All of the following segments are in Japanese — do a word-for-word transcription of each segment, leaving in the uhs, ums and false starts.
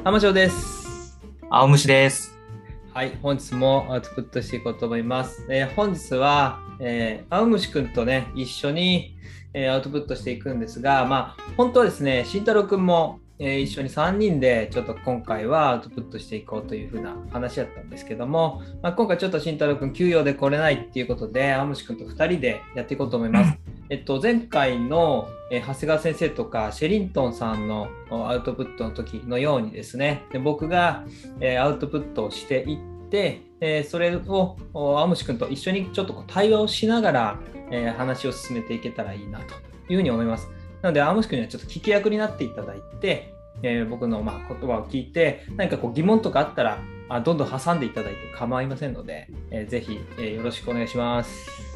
浜城です。 青虫です。 はい、本日もアウトプットしていこうと思います。えー本日は、えー青虫くんとね、一緒に、えーアウトプットしていくんですが、まあ、本当はですね、慎太郎くんも、えー一緒にさんにんで、ちょっと今回はアウトプットしていこうというふうな話だったんですけども、まあ、今回ちょっと慎太郎くん休養で来れないっていうことで、青虫くんとふたりでやっていこうと思います。えっと、前回の、えー長谷川先生とかシェリントンさんのアウトプットの時のようにですね、で僕が、えーアウトプットをしていって、えーそれを青虫くんと一緒にちょっとこう対話をしながら、えー話を進めていけたらいいなというふうに思います。なので青虫くんにはちょっと聞き役になっていただいて、えー僕のまあ言葉を聞いて何かこう疑問とかあったらあどんどん挟んでいただいて構いませんので、えーぜひ、えーよろしくお願いします。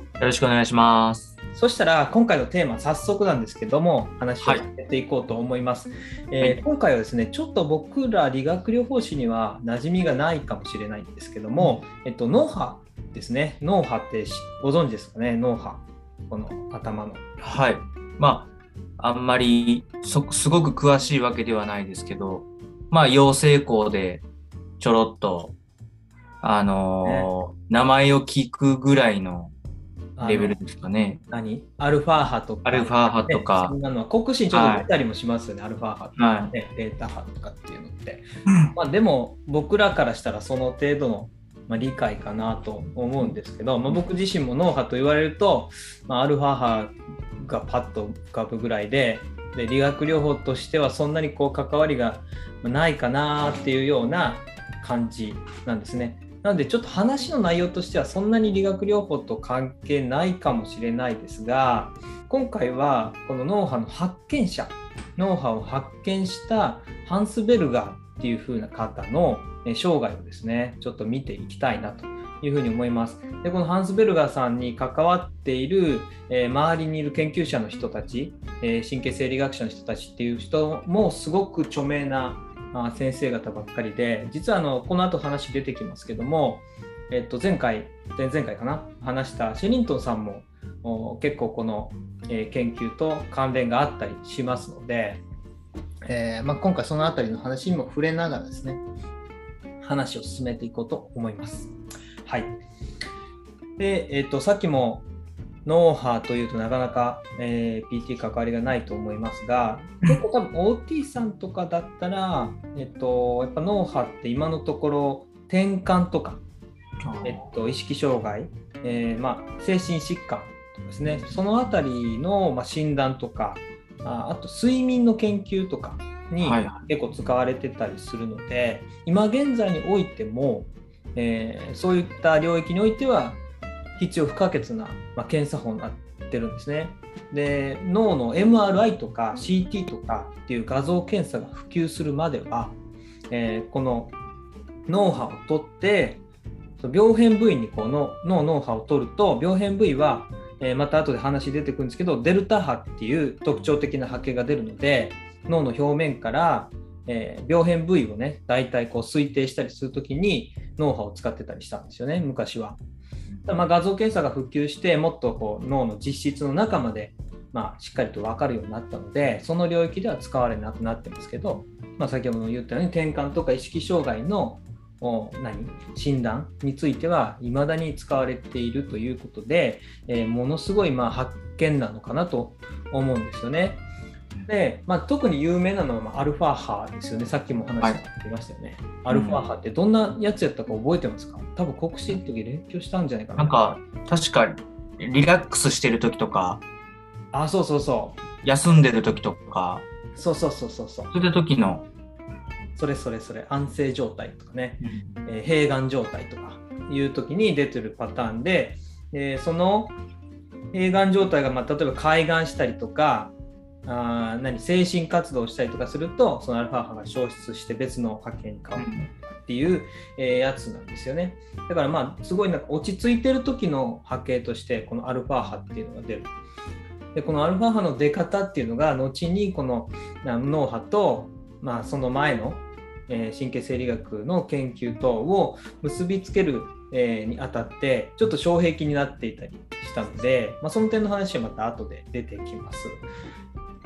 よろしくお願いします。 そしたら今回のテーマ早速なんですけども話をはい。 進めていこうと思います、 はい。 えー今回はですねちょっと僕ら理学療法士には馴染みがないかもしれないんですけども、えっと、脳波ですね。脳波ってご存知ですかね。脳波、この頭の。 はい。まあ、あんまりそ、すごく詳しいわけではないですけど、まあ、養成校でちょろっと、あね、 のー名前を聞くぐらいのあのレベルですかね。 何アルファ波とか、 アルファ波とね、そか、 んなのは国試にちょっとはい。 出たりもしますよね。アルファ波とか、 はい。 ね、ベータ波とかっていうのって。まあ、でも僕らからしたらその程度の、まあ、理解かなと思うんですけど、まあ、僕自身も脳波と言われると、まあ、アルファ波がパッと浮かぶぐらいで、で理学療法としてはそんなにこう関わりがないかなっていうような感じなんですね。なのでちょっと話の内容としてはそんなに理学療法と関係ないかもしれないですが、今回はこの脳波の発見者、脳波を発見したハンスベルガーっていう風な方の生涯をですね、ちょっと見ていきたいなというふうに思います。で、このハンスベルガーさんに関わっている、えー周りにいる研究者の人たち、えー神経生理学者の人たちっていう人もすごく著名なあ先生方ばっかりで、実はあのこの後話出てきますけども、えっと、前回、前々回かな、話したシェリントンさんもお結構この、えー研究と関連があったりしますので、えーまあ、今回そのあたりの話にも触れながらですね、話を進めていこうと思います。はい。で、えっと、さっきも脳波というとなかなか、えー、ピーティー 関わりがないと思いますが、結構多分 オーティー さんとかだったら、えっと、やっぱ脳波って今のところ転換とか、えっと、意識障害、えーまあ、精神疾患とかですね、そのあたりの、まあ、診断とか、ああと睡眠の研究とかにはい。 結構使われてたりするので、今現在においても、えーそういった領域においては必要不可欠な、まあ、検査法になってるんですね。で、脳の エムアールアイ とか シーティー とかっていう画像検査が普及するまでは、えーこの脳波を取って病変部位にこの脳脳波を取ると、病変部位は、えーまた後で話出てくるんですけど、デルタ波っていう特徴的な波形が出るので、脳の表面から、えー病変部位をね、大体こう推定したりするときに脳波を使ってたりしたんですよね、昔は。まあ、画像検査が普及して、もっとこう脳の実質の中まで、まあ、しっかりと分かるようになったので、その領域では使われなくなってますけど、まあ、先ほども言ったように転換とか意識障害のお何診断については未だに使われているということで、えーものすごいまあ発見なのかなと思うんですよね。で、まあ、特に有名なのはまあアルファ波ですよね。さっきも話はい。 してましたよね。アルファうん。 波ってどんなやつやったか覚えてますか？多分国試の時勉強したんじゃないかな。 なんか、確か、リラックスしてる時とか、 あ、そうそうそ休んでる時とか、 う。そうそうそうそうそう。 そういう時の、 それそれそれ。安静状態とかね、 うん。 えー閉眼状態とかいう時に出てるパターンで、えーその閉眼状態が、まあ、例えば開眼したりとか、あ何精神活動をしたりとかすると、そのアルファ波が消失して別の波形に変わるっていう、えーやつなんですよね。だからまあすごいなんか落ち着いてる時の波形としてこのアルファ波っていうのが出る。でこのアルファ波の出方っていうのが後にこの脳波と、まあ、その前の、えー神経生理学の研究等を結びつける、えーにあたってちょっと障壁になっていたりしたので、まあ、その点の話はまた後で出てきます。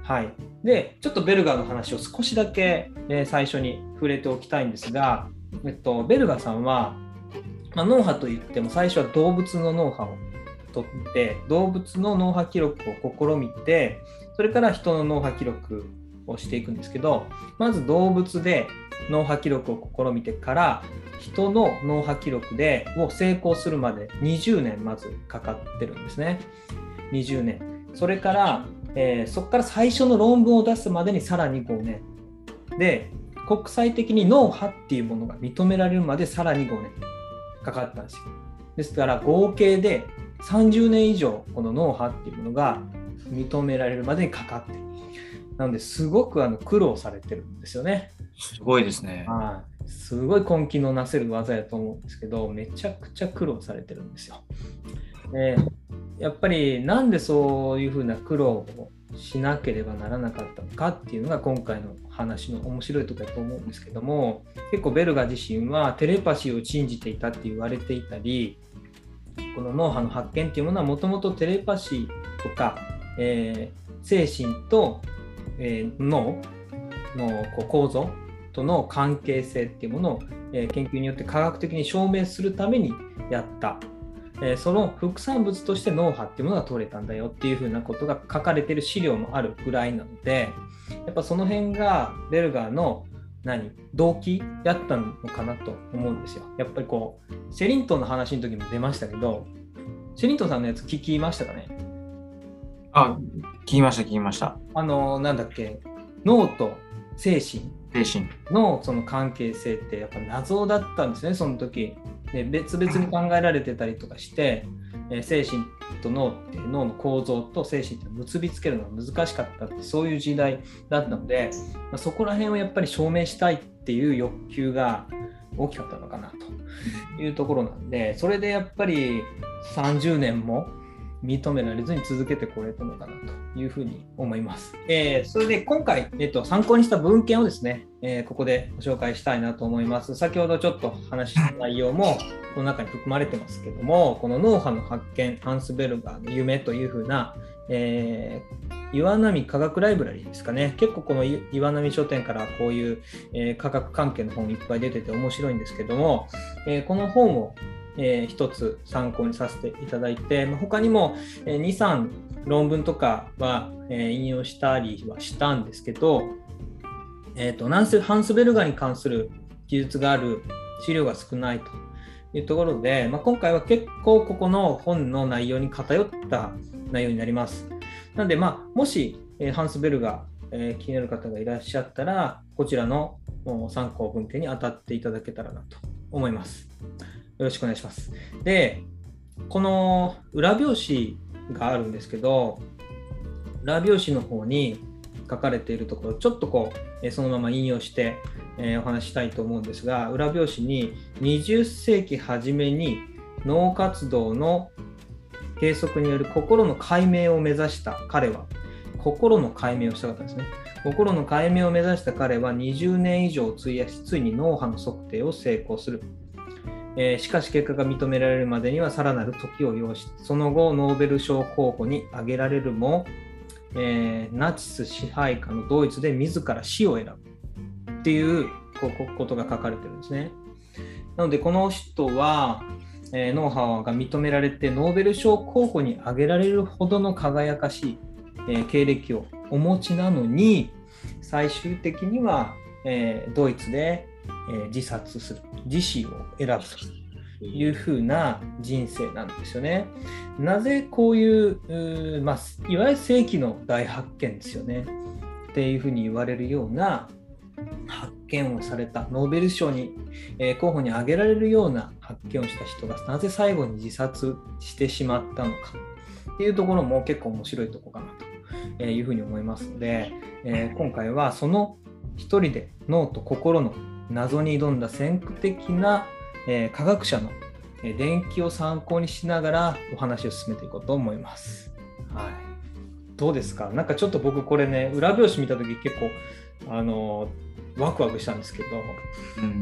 はい、でちょっとベルガーの話を少しだけ、えー、最初に触れておきたいんですが、えっと、ベルガーさんは、まあ、脳波といっても最初は動物の脳波を取って動物の脳波記録を試みて、それから人の脳波記録をしていくんですけど、まず動物で脳波記録を試みてから人の脳波記録でを成功するまでにじゅうねんまずかかってるんですね。にじゅうねん。それから、えー、そこから最初の論文を出すまでにさらにごねんで、国際的に脳波っていうものが認められるまでさらにごねんかかったんですよ。ですから合計でさんじゅうねん以上この脳波っていうものが認められるまでにかかってる。なのですごくあの苦労されてるんですよね。 すごいですね。 はい、すごい根気のなせる技やと思うんですけど、めちゃくちゃ苦労されてるんですよ。でやっぱりなんでそういうふうな苦労をしなければならなかったのかっていうのが今回の話の面白いところだと思うんですけども、結構ベルガ自身はテレパシーを信じていたって言われていたり、この脳波の発見っていうものはもともとテレパシーとか、えー、精神と、えー、脳のこう構造との関係性っていうものを、えー、研究によって科学的に証明するためにやった、えー、その副産物として脳波っていうものが取れたんだよっていうふうなことが書かれている資料もあるぐらいなので、やっぱその辺がベルガーの何動機やったのかなと思うんですよ。やっぱりこうシェリントンの話の時も出ましたけど、シェリントンさんのやつ聞きましたかね？ あ、聞きました聞きました。 あのなんだっけ、脳と精神のその関係性ってやっぱ謎だったんですね、その時。で別々に考えられてたりとかして、えー、精神と脳って脳の構造と精神って結びつけるのが難しかったって、そういう時代だったので、まあ、そこら辺をやっぱり証明したいっていう欲求が大きかったのかなというところなんで、それでやっぱりさんじゅうねんも認められずに続けてこれたのかなというふうに思います。えー、それで今回、えっと、参考にした文献をですね、えー、ここでご紹介したいなと思います。先ほどちょっと話した内容もこの中に含まれてますけども、この脳波の発見、ハンスベルガーの夢というふうな、えー、岩波科学ライブラリーですかね。結構この岩波書店からこういう、えー、科学関係の本いっぱい出てて面白いんですけども、えー、この本をえー、一つ参考にさせていただいて、まあ、他にも、えー、にさん論文とかは、えー、引用したりはしたんですけど、えーと、ナンスハンスベルガーに関する記述がある資料が少ないというところで、まあ、今回は結構ここの本の内容に偏った内容になります。なので、まあ、もし、えー、ハンスベルガー、えー、気になる方がいらっしゃったら、こちらの参考文献に当たっていただけたらなと思います。よろしくお願いします。で、この裏表紙があるんですけど、裏表紙の方に書かれているところ、ちょっとこうそのまま引用して、えー、お話ししたいと思うんですが、裏表紙ににじゅっせいき初めに脳活動の計測による心の解明を目指した彼は、心の解明をしたかったんですね。心の解明を目指した彼はにじゅうねん以上費やし、ついに脳波の測定を成功する。えー、しかし結果が認められるまでにはさらなる時を要し、その後ノーベル賞候補に挙げられるも、えー、ナチス支配下のドイツで自ら死を選ぶっていうことが書かれてるんですね。なのでこの人は、えー、脳波が認められてノーベル賞候補に挙げられるほどの輝かしい、えー、経歴をお持ちなのに、最終的には、えー、ドイツでえー、自殺する、自死を選ぶというふうな人生なんですよね。なぜこういう、うまあ、いわゆる世紀の大発見ですよねっていうふうに言われるような発見をされた、ノーベル賞に、えー、候補に挙げられるような発見をした人がなぜ最後に自殺してしまったのかっていうところも結構面白いところかなというふうに思いますので、えー、今回はその一人で脳と心の謎に挑んだ先駆的な、えー、科学者の、えー、伝記を参考にしながらお話を進めていこうと思います。はい、どうですか？なんかちょっと僕これね、裏表紙見たとき結構あのー、ワクワクしたんですけど、うんうん、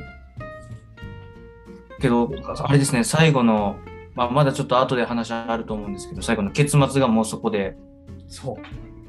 けどあれですね、最後の、まあ、まだちょっと後で話あると思うんですけど、最後の結末がもうそこで、 そう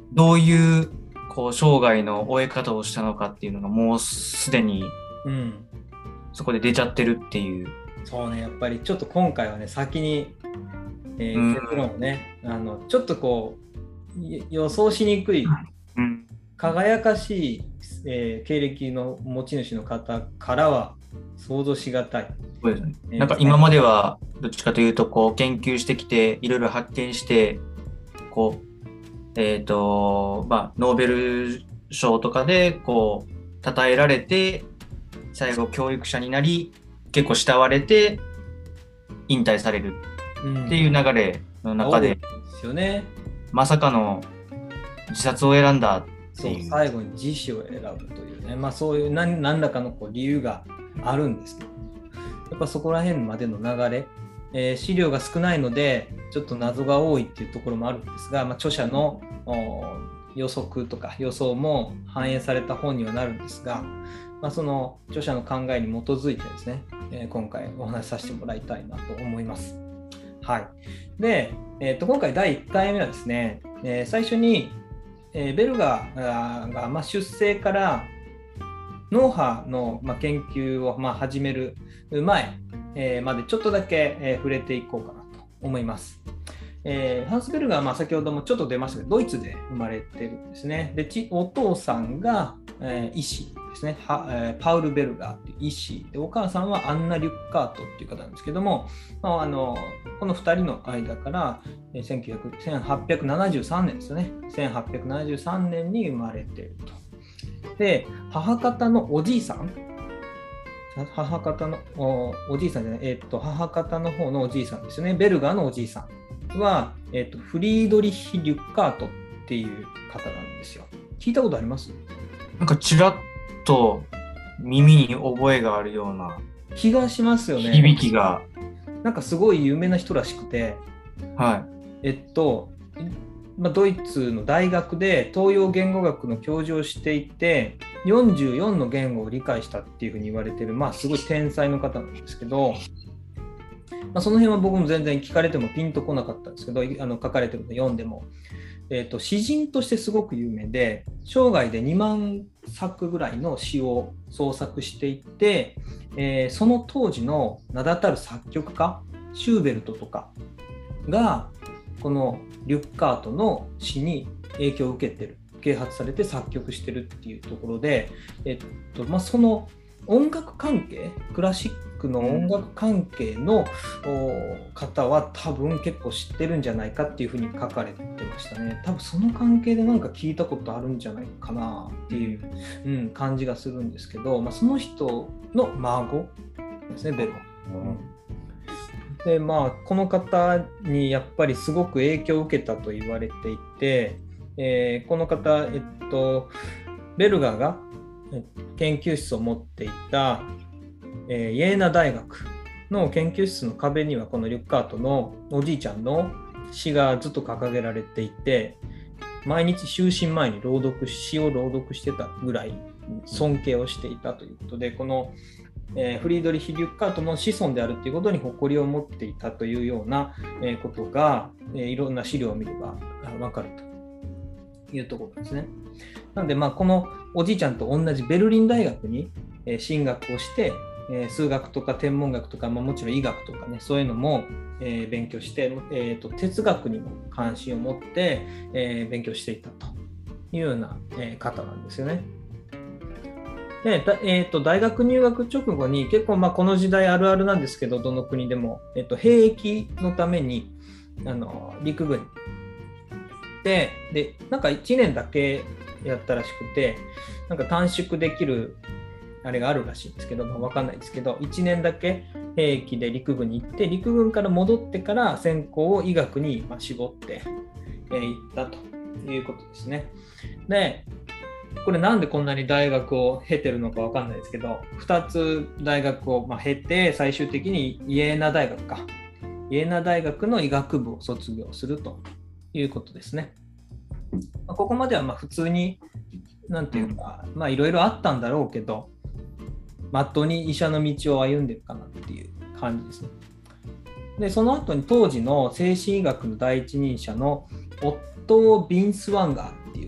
どういうこう生涯の終え方をしたのかっていうのがもうすでにうんそこで出ちゃってるっていう。 そうね、やっぱりちょっと今回はね、先に、えうんー結論をね、あのちょっとこう、い予想しにくい、 うん輝かしい、えー経歴の持ち主の方からは想像しがたい。 そうですね。 えーなんか今まではどっちかというとこう研究してきていろいろ発見してこうえっとまあノーベル賞とかでこう称えられて最後教育者になり結構慕われて引退されるうんっていう流れの中で、 ですよね。 まさかの自殺を選んだってそういう。 最後に自死を選ぶというね、まあ、そういう何何らかのこう理由があるんですけど、やっぱそこら辺までの流れ、えー資料が少ないのでちょっと謎が多いっていうところもあるんですが、まあ、著者のお予測とか予想も反映された本にはなるんですが、まあ、その著者の考えに基づいてですね、えー今回お話しさせてもらいたいなと思います。はい。で、えーと今回だいいっかいめはですね、えー最初に、えーベルガーが、まあ、出生から脳波の、まあ、研究を、まあ、始める前、えーまでちょっとだけ、えー触れていこうかなと思います。えーハンス・ベルガーは、まあ、先ほどもちょっと出ましたけど、ドイツで生まれてるんですね。で、ちお父さんが、えー医師ですね、はえーパウル・ベルガーという医師で、お母さんはアンナ・リュッカートっていう方なんですけども、まあ、あのこのふたりの間からえーせんきゅうひゃくせんはっぴゃくななじゅうさんねんですよね。せんはっぴゃくななじゅうさんねんに生まれていると。で、母方のおじいさん、母方の お, おじいさんじゃない、えー、と母方の方のおじいさんですよね、ベルガーのおじいさんは、えー、とフリードリヒ・リュッカートっていう方なんですよ。聞いたことあります？ なんかちらっと耳に覚えがあるような気がしますよね。 響きが。 なんかすごい有名な人らしくて、 はえっと、まあ、ドイツの大学で東洋言語学の教授をしていて、よんじゅうよんの言語を理解したっていうふうに言われてる、まあ、すごい天才の方なんですけど、まあ、その辺は僕も全然聞かれてもピンとこなかったんですけど、あの書かれてるの読んでも、えーと、詩人としてすごく有名で、生涯でにまんさくぐらいの詩を創作していて、えーその当時の名だたる作曲家、シューベルトとかがこのリュッカートの詩に影響を受けてる、啓発されて作曲してるっていうところで、えっとまあ、その音楽関係、クラシックの音楽関係の方は多分結構知ってるんじゃないかっていうふうに書かれてましたね。多分その関係でなんか聞いたことあるんじゃないかなっていう、うん、感じがするんですけど、まあ、その人の孫ですね、ベルは。うんでまあ、この方にやっぱりすごく影響を受けたと言われていて、えーこの方、えっと、ベルガーがえ研究室を持っていた、えーイェーナ大学の研究室の壁にはこのリュッカートのおじいちゃんの詩がずっと掲げられていて、毎日就寝前に朗読詩を朗読してたぐらい尊敬をしていたということで、このえーフリードリヒ・リュッカートの子孫であるということに誇りを持っていたというような、えーことが、えーいろんな資料を見れば分かるというところですね。なので、まあ、このおじいちゃんと同じベルリン大学に、えー進学をして、えー数学とか天文学とか、まあ、もちろん医学とかね、そういうのも、えー勉強して、えーと、哲学にも関心を持って、えー勉強していたというような、えー方なんですよね。でえー、と大学入学直後に結構まあこの時代あるあるなんですけど、どの国でも、えー、と兵役のためにあの陸軍に行ってでなんかいちねんだけやったらしくて、なんか短縮できるあれがあるらしいんですけど、まあ、分かんないですけど、いちねんだけ兵役で陸軍に行って、陸軍から戻ってから専攻を医学にまあ絞って、えー、行ったということですね。でこれなんでこんなに大学を経てるのかわかんないですけど、ふたつ大学をまあ経て、最終的にイェーナ大学か。イェーナ大学の医学部を卒業するということですね。まあ、ここまではまあ普通に、なんていうか、まあいろいろあったんだろうけど、まっとうに医者の道を歩んでるかなっていう感じですね。で、その後に当時の精神医学の第一人者のオットー・ビンスワンガーっていう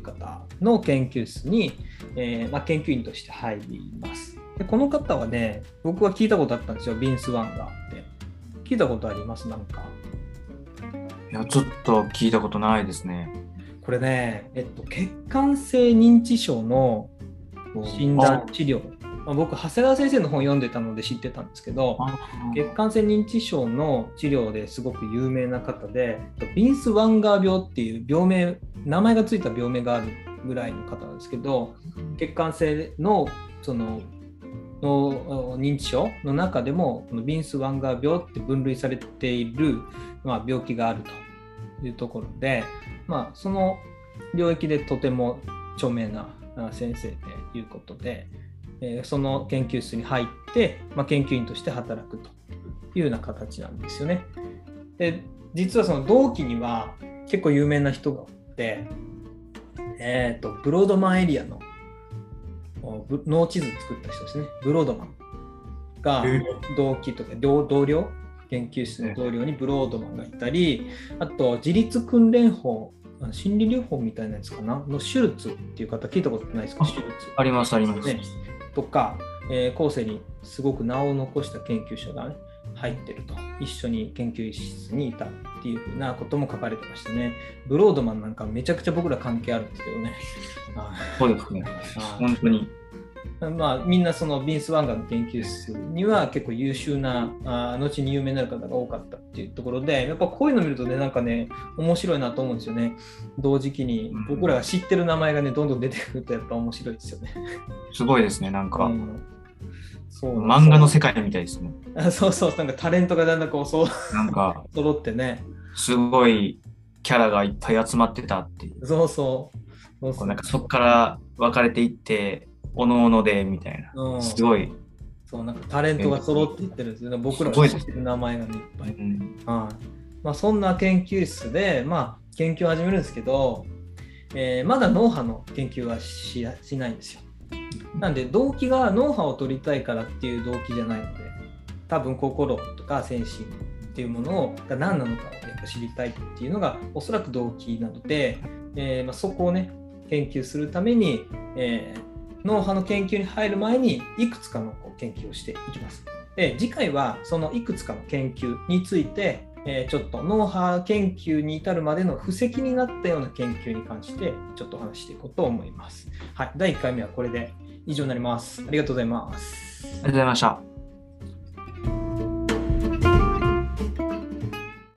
いう方の研究室に、えーまあ、研究員として入ります。でこの方はね、僕は聞いたことあったんですよ、ビンス・ワンガーって。聞いたことあります？なんか。 いや、ちょっと聞いたことないですね。 これね、えっと、血管性認知症の診断治療。まあ、僕、長谷川先生の本読んでたので知ってたんですけど、血管性認知症の治療ですごく有名な方で、ビンス・ワンガー病っていう病名、名前がついた病名があるぐらいの方なんですけど、血管性のそのの認知症の中でもこのビンス・ワンガー病って分類されている、まあ、病気があるというところで、まあ、その領域でとても著名な先生ということで、えー、その研究室に入って、まあ、研究員として働くというような形なんですよね。で、実はその同期には結構有名な人がいて、えーと、ブロードマンエリアの脳地図作った人ですね、ブロードマンが同期とか同僚、研究室の同僚にブロードマンがいたり、あと自律訓練法、心理療法みたいなやつかなのシュルツっていう方聞いたことないですか？シュルツありますあります、 ね、とか、えー、後世にすごく名を残した研究者が、ね、入ってると、一緒に研究室にいたっていうふうなことも書かれてましたね。ブロードマンなんかめちゃくちゃ僕ら関係あるんですけどね。 そうですね、本当に。 まあ、みんなそのビンス・ワンガーの研究室には結構優秀な、あ後に有名になる方が多かったっていうところで、やっぱこういうの見るとね、なんかね、面白いなと思うんですよね。同時期に僕らが知ってる名前がね、どんどん出てくるとやっぱ面白いですよね。 すごいですね、なんか、うん、 そう漫画の世界みたいですね。 そうそう、なんかタレントがだんだんこうそうなんか揃ってね、 すごいキャラがいっぱい集まってたっていう。 そうそう。 そうそう、なんかそこから分かれていって、おのおのでみたいな、うん、すごい。 そう、なんかタレントが揃っていってるんですよね。僕らが知ってる名前が、ね、いっぱい。うん、はい。まあ、そんな研究室で、まあ、研究を始めるんですけど、えー、まだ脳波の研究は し, しないんですよ。なんで動機が脳波を取りたいからっていう動機じゃないので、多分心とか精神っていうものが何なのかをやっぱ知りたいっていうのがおそらく動機なので、えーまあ、そこをね研究するために、えー脳波の研究に入る前にいくつかの研究をしていきます。で、次回はそのいくつかの研究について、えー、ちょっと脳波研究に至るまでの布石になったような研究に関してちょっとお話していこうと思います。はい、だいいっかいめはこれで以上になります。ありがとうございます。 ありがとうございました。